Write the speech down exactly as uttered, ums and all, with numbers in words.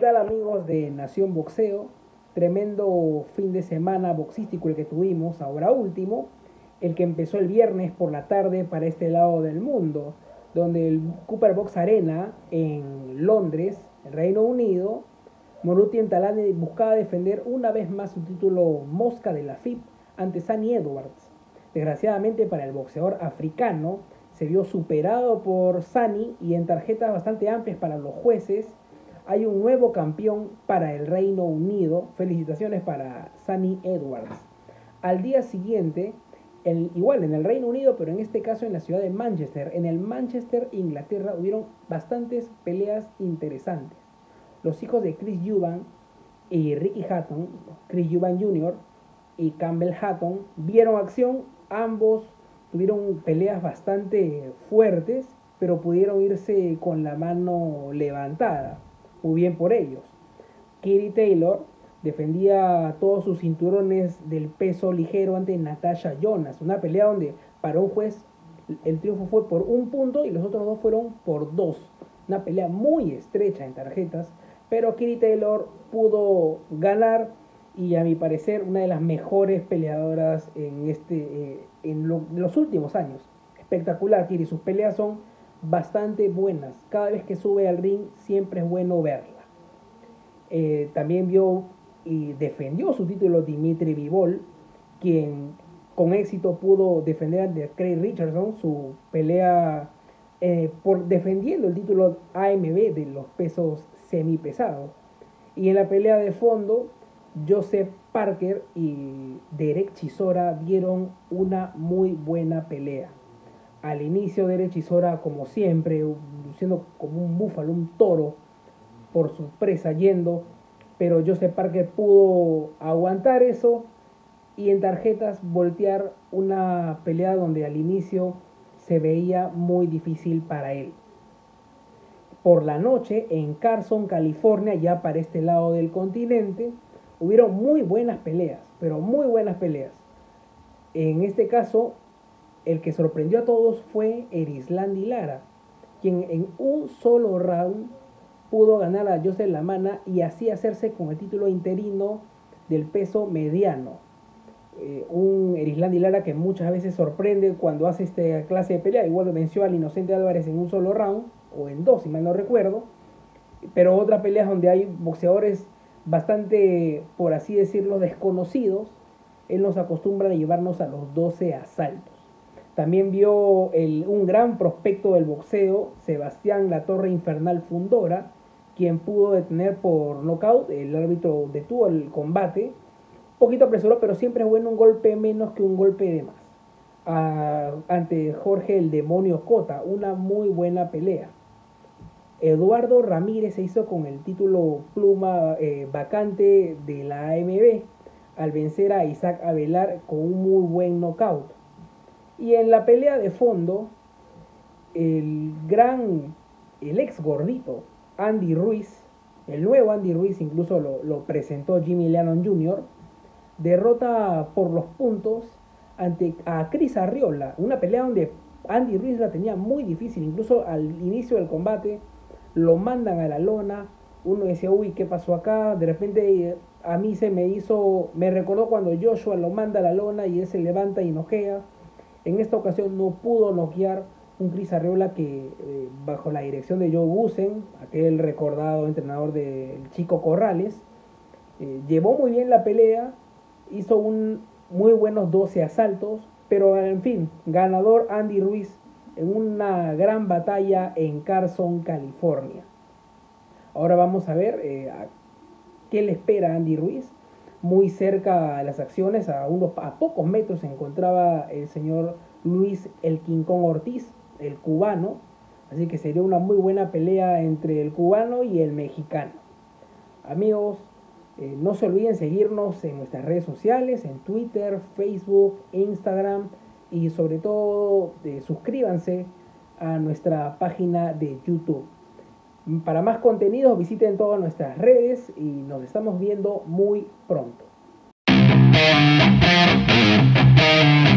tal, amigos de Nación Boxeo? Tremendo fin de semana boxístico el que tuvimos, ahora último, el que empezó el viernes por la tarde para este lado del mundo, donde el Cooper Box Arena en Londres, el Reino Unido, Moruti Entalane buscaba defender una vez más su título Mosca de la F I B ante Sunny Edwards. Desgraciadamente para el boxeador africano, se vio superado por Sunny y en tarjetas bastante amplias para los jueces. Hay un nuevo campeón para el Reino Unido. Felicitaciones para Sunny Edwards. Al día siguiente, el, igual en el Reino Unido, pero en este caso en la ciudad de Manchester, en el Manchester, Inglaterra, hubieron bastantes peleas interesantes. Los hijos de Chris Eubank y Ricky Hatton, Chris Eubank junior y Campbell Hatton, vieron acción. Ambos tuvieron peleas bastante fuertes, pero pudieron irse con la mano levantada. Muy bien por ellos. Katie Taylor defendía todos sus cinturones del peso ligero ante Natasha Jonas. Una pelea donde para un juez el triunfo fue por un punto y los otros dos fueron por dos. Una pelea muy estrecha en tarjetas, pero Katie Taylor pudo ganar y a mi parecer una de las mejores peleadoras en, este, eh, en, lo, en los últimos años. Espectacular, Kiri. Sus peleas son bastante buenas. Cada vez que sube al ring siempre es bueno verla. Eh, también vio y defendió su título Dimitri Bivol, quien con éxito pudo defender ante Craig Richardson su pelea eh, por defendiendo el título A M B de los pesos semipesados. Y en la pelea de fondo, Joseph Parker y Derek Chisora dieron una muy buena pelea. Al inicio Derek Chisora, como siempre, luciendo como un búfalo, un toro por su presa yendo, pero Joseph Parker pudo aguantar eso y en tarjetas voltear una pelea donde al inicio se veía muy difícil para él. Por la noche en Carson, California, ya para este lado del continente, hubieron muy buenas peleas, pero muy buenas peleas. En este caso, el que sorprendió a todos fue Erislandy Lara, quien en un solo round pudo ganar a Joseph Lamana y así hacerse con el título interino del peso mediano. Eh, un Erislandy Lara que muchas veces sorprende cuando hace esta clase de pelea. Igual venció al Inocente Álvarez en un solo round, o en dos, si mal no recuerdo. Pero otras peleas donde hay boxeadores bastante, por así decirlo, desconocidos, él nos acostumbra a llevarnos a los doce asaltos. También vio el, un gran prospecto del boxeo, Sebastián La Torre Infernal Fundora, quien pudo detener por nocaut. El árbitro detuvo el combate, un poquito apresurado, pero siempre es bueno un golpe menos que un golpe de más. A, ante Jorge el Demonio Cota, una muy buena pelea. Eduardo Ramírez se hizo con el título pluma eh, vacante de la A M B al vencer a Isaac Avelar con un muy buen knockout. Y en la pelea de fondo, el gran, el ex gordito Andy Ruiz, el nuevo Andy Ruiz, incluso lo, lo presentó Jimmy Lennon junior, derrota por los puntos ante a Chris Arriola, una pelea donde Andy Ruiz la tenía muy difícil, incluso al inicio del combate lo mandan a la lona, uno decía, uy, ¿qué pasó acá? De repente a mí se me hizo, me recordó cuando Joshua lo manda a la lona y él se levanta y nojea. En esta ocasión no pudo noquear un Chris Arriola que eh, bajo la dirección de Joe Gusen, aquel recordado entrenador del Chico Corrales, eh, llevó muy bien la pelea, hizo un muy buenos doce asaltos, pero en fin, ganador Andy Ruiz en una gran batalla en Carson, California. Ahora vamos a ver eh, a qué le espera a Andy Ruiz. Muy cerca a las acciones, a, unos, a pocos metros se encontraba el señor Luis El Quincón Ortiz, el cubano. Así que sería una muy buena pelea entre el cubano y el mexicano. Amigos, eh, no se olviden seguirnos en nuestras redes sociales, en Twitter, Facebook, Instagram. Y sobre todo, eh, suscríbanse a nuestra página de YouTube. Para más contenidos visiten todas nuestras redes y nos estamos viendo muy pronto.